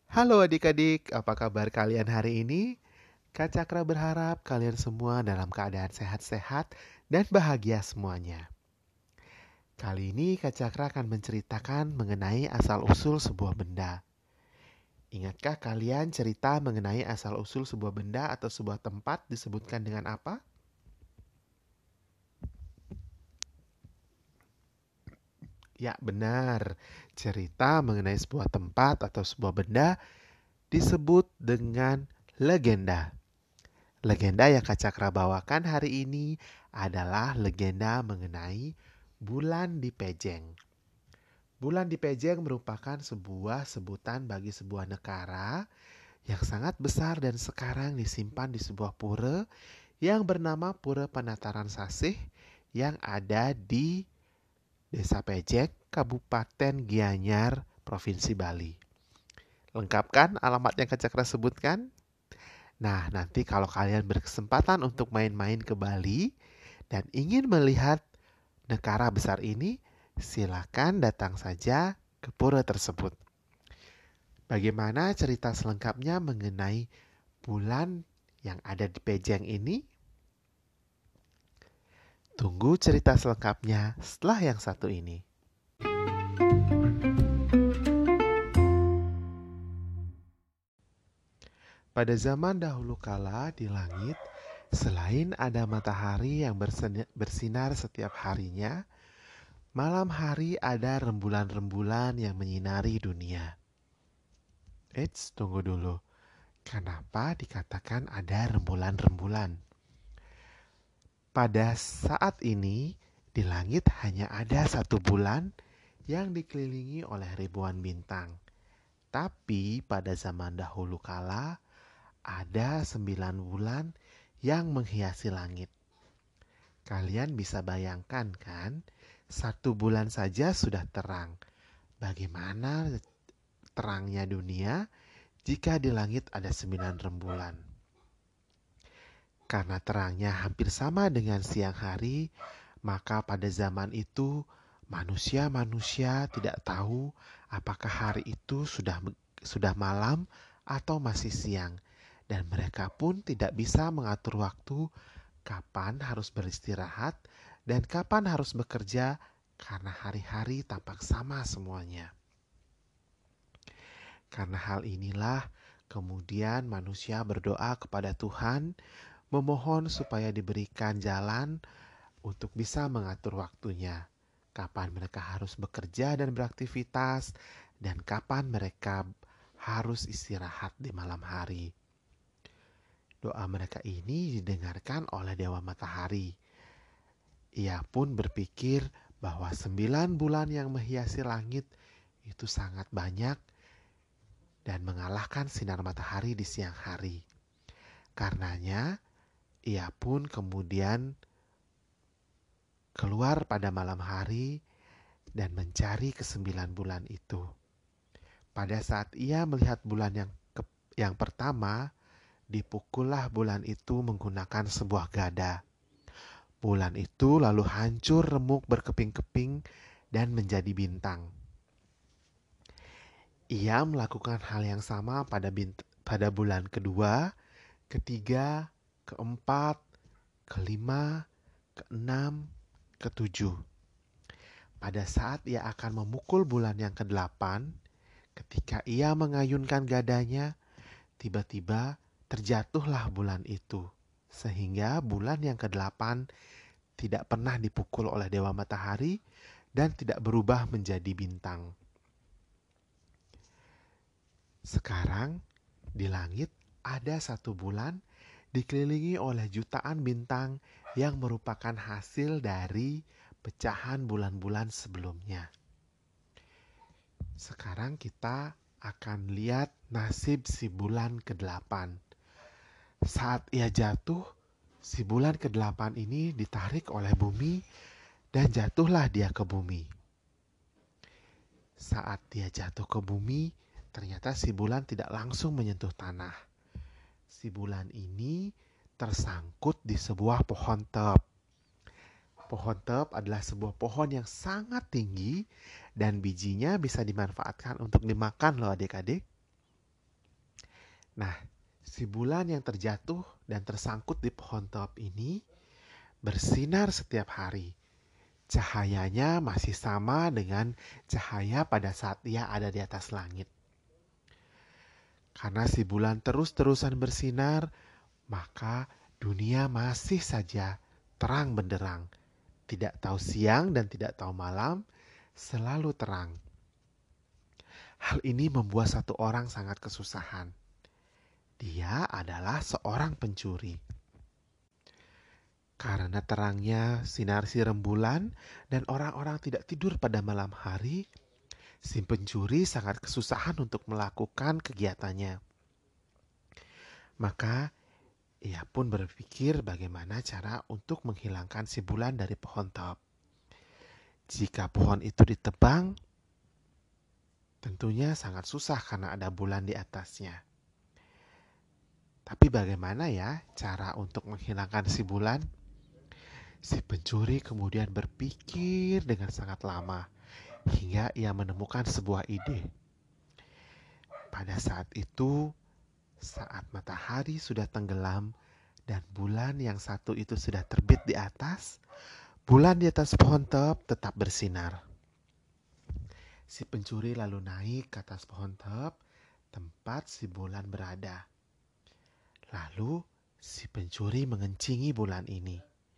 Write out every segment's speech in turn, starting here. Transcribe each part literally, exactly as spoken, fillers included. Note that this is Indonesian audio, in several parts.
Halo adik-adik, apa kabar kalian hari ini? Kak Cakra berharap kalian semua dalam keadaan sehat-sehat dan bahagia semuanya. Kali ini Kak Cakra akan menceritakan mengenai asal-usul sebuah benda. Ingatkah kalian cerita mengenai asal-usul sebuah benda atau sebuah tempat disebutkan dengan apa? Ya, benar. Cerita mengenai sebuah tempat atau sebuah benda disebut dengan legenda. Legenda yang Kak Cakra bawakan hari ini adalah legenda mengenai bulan dipejeng. Bulan dipejeng merupakan sebuah sebutan bagi sebuah negara yang sangat besar dan sekarang disimpan di sebuah pura yang bernama Pura Penataran Sasih yang ada di Desa Pejeng, Kabupaten Gianyar, Provinsi Bali. Lengkapkan alamat yang Kak Cakra sebutkan? Nah, nanti kalau kalian berkesempatan untuk main-main ke Bali dan ingin melihat negara besar ini, silakan datang saja ke pura tersebut. Bagaimana cerita selengkapnya mengenai bulan yang ada di Pejeng ini? Tunggu cerita selengkapnya setelah yang satu ini. Pada zaman dahulu kala di langit, selain ada matahari yang bersinar setiap harinya, malam hari ada rembulan-rembulan yang menyinari dunia. Eits, tunggu dulu. Kenapa dikatakan ada rembulan-rembulan? Pada saat ini, di langit hanya ada satu bulan yang dikelilingi oleh ribuan bintang. Tapi pada zaman dahulu kala, ada sembilan bulan yang menghiasi langit. Kalian bisa bayangkan kan, satu bulan saja sudah terang. Bagaimana terangnya dunia jika di langit ada sembilan rembulan? Karena terangnya hampir sama dengan siang hari, maka pada zaman itu manusia-manusia tidak tahu apakah hari itu sudah sudah malam atau masih siang, dan mereka pun tidak bisa mengatur waktu kapan harus beristirahat dan kapan harus bekerja karena hari-hari tampak sama semuanya. Karena hal inilah kemudian manusia berdoa kepada Tuhan, memohon supaya diberikan jalan untuk bisa mengatur waktunya. Kapan mereka harus bekerja dan beraktivitas, dan kapan mereka harus istirahat di malam hari. Doa mereka ini didengarkan oleh Dewa Matahari. Ia pun berpikir bahwa sembilan bulan yang menghiasi langit itu sangat banyak dan mengalahkan sinar matahari di siang hari. Karenanya, ia pun kemudian keluar pada malam hari dan mencari kesembilan bulan itu. Pada saat ia melihat bulan yang ke, yang pertama, dipukullah bulan itu menggunakan sebuah gada. Bulan itu lalu hancur remuk berkeping-keping dan menjadi bintang. Ia melakukan hal yang sama pada bint- pada bulan kedua, ketiga, keempat, kelima, keenam, ketujuh. Pada saat ia akan memukul bulan yang kedelapan, ketika ia mengayunkan gadanya, tiba-tiba terjatuhlah bulan itu. Sehingga bulan yang kedelapan tidak pernah dipukul oleh Dewa Matahari dan tidak berubah menjadi bintang. Sekarang di langit ada satu bulan dikelilingi oleh jutaan bintang yang merupakan hasil dari pecahan bulan-bulan sebelumnya. Sekarang kita akan lihat nasib si bulan kedelapan. Saat ia jatuh, si bulan kedelapan ini ditarik oleh bumi dan jatuhlah dia ke bumi. Saat dia jatuh ke bumi, ternyata si bulan tidak langsung menyentuh tanah. Si bulan ini tersangkut di sebuah pohon tep. Pohon tep adalah sebuah pohon yang sangat tinggi dan bijinya bisa dimanfaatkan untuk dimakan loh adik-adik. Nah, si bulan yang terjatuh dan tersangkut di pohon top ini bersinar setiap hari. Cahayanya masih sama dengan cahaya pada saat ia ada di atas langit. Karena si bulan terus-terusan bersinar, maka dunia masih saja terang benderang. Tidak tahu siang dan tidak tahu malam, selalu terang. Hal ini membuat satu orang sangat kesusahan. Dia adalah seorang pencuri. Karena terangnya sinar si rembulan dan orang-orang tidak tidur pada malam hari, si pencuri sangat kesusahan untuk melakukan kegiatannya. Maka ia pun berpikir bagaimana cara untuk menghilangkan si bulan dari pohon top. Jika pohon itu ditebang, tentunya sangat susah karena ada bulan di atasnya. Tapi bagaimana ya cara untuk menghilangkan si bulan? Si pencuri kemudian berpikir dengan sangat lama hingga ia menemukan sebuah ide. Pada saat itu, saat matahari sudah tenggelam dan bulan yang satu itu sudah terbit di atas, bulan di atas pohon top tetap bersinar. Si pencuri lalu naik ke atas pohon top, tempat si bulan berada. Lalu si pencuri mengencingi bulan ini.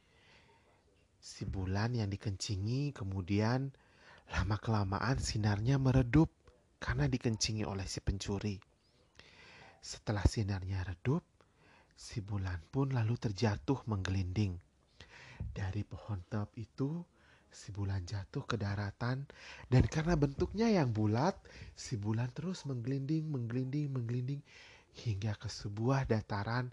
Si bulan yang dikencingi kemudian lama-kelamaan sinarnya meredup karena dikencingi oleh si pencuri. Setelah sinarnya redup, si bulan pun lalu terjatuh menggelinding. Dari pohon top itu, si bulan jatuh ke daratan dan karena bentuknya yang bulat, si bulan terus menggelinding, menggelinding, menggelinding hingga ke sebuah dataran,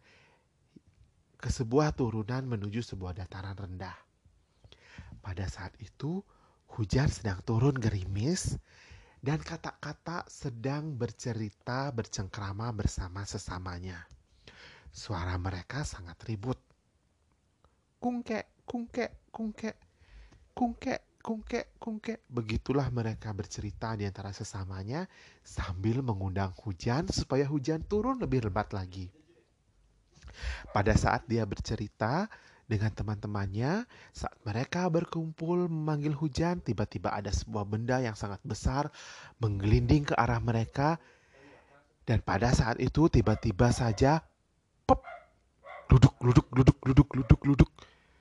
ke sebuah turunan menuju sebuah dataran rendah. Pada saat itu, hujan sedang turun gerimis dan kata-kata sedang bercerita bercengkrama bersama sesamanya. Suara mereka sangat ribut. Kungkek, kungkek, kungkek, kungkek, kungkek, kungkek. Begitulah mereka bercerita di antara sesamanya sambil mengundang hujan supaya hujan turun lebih lebat lagi. Pada saat dia bercerita dengan teman-temannya, saat mereka berkumpul memanggil hujan, tiba-tiba ada sebuah benda yang sangat besar menggelinding ke arah mereka. Dan pada saat itu tiba-tiba saja, pop, duduk, duduk, duduk, duduk, duduk, duduk.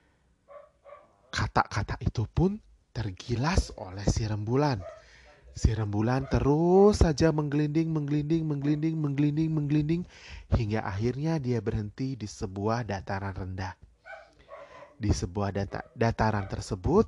Kata-kata itu pun tergilas oleh si rembulan. Si rembulan terus saja menggelinding, menggelinding, menggelinding, menggelinding, menggelinding, hingga akhirnya dia berhenti di sebuah dataran rendah. Di sebuah data, dataran tersebut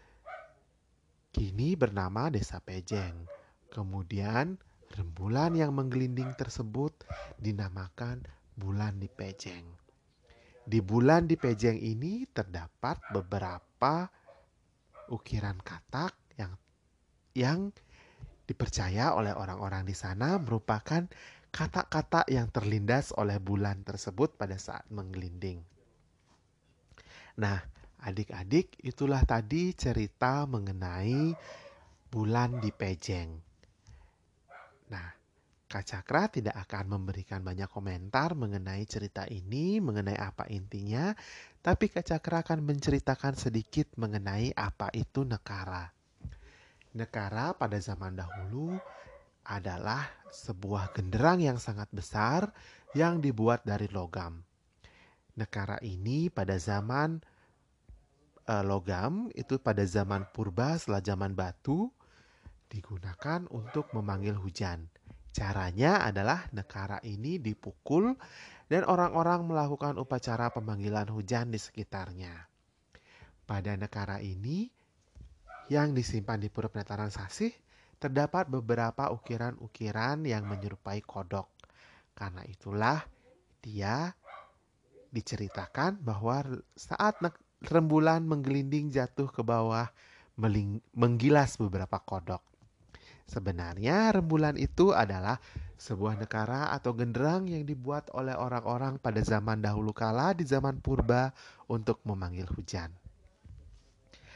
kini bernama Desa Pejeng. Kemudian rembulan yang menggelinding tersebut dinamakan bulan di Pejeng. Di bulan di Pejeng ini terdapat beberapa ukiran katak yang yang dipercaya oleh orang-orang di sana merupakan kata-kata yang terlindas oleh bulan tersebut pada saat menggelinding. Nah, adik-adik, itulah tadi cerita mengenai bulan di Pejeng. Nah, Kak Cakra tidak akan memberikan banyak komentar mengenai cerita ini, mengenai apa intinya, tapi Kak Cakra akan menceritakan sedikit mengenai apa itu nekara. Nekara pada zaman dahulu adalah sebuah genderang yang sangat besar yang dibuat dari logam. Nekara ini pada zaman uh, logam, itu pada zaman purba setelah zaman batu, digunakan untuk memanggil hujan. Caranya adalah nekara ini dipukul dan orang-orang melakukan upacara pemanggilan hujan di sekitarnya. Pada nekara ini yang disimpan di Pura Penataran Sasih, terdapat beberapa ukiran-ukiran yang menyerupai kodok. Karena itulah dia diceritakan bahwa saat rembulan menggelinding jatuh ke bawah meling- menggilas beberapa kodok. Sebenarnya rembulan itu adalah sebuah nekara atau genderang yang dibuat oleh orang-orang pada zaman dahulu kala di zaman purba untuk memanggil hujan.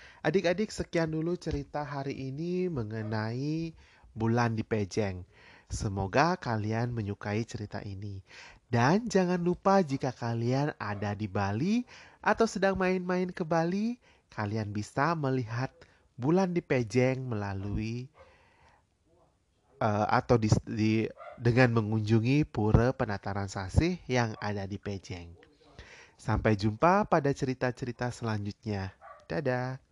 Adik-adik, sekian dulu cerita hari ini mengenai bulan di Pejeng. Semoga kalian menyukai cerita ini. Dan jangan lupa jika kalian ada di Bali atau sedang main-main ke Bali, kalian bisa melihat bulan di Pejeng melalui uh, atau di, di dengan mengunjungi Pura Penataran Sasih yang ada di Pejeng. Sampai jumpa pada cerita-cerita selanjutnya. Dadah.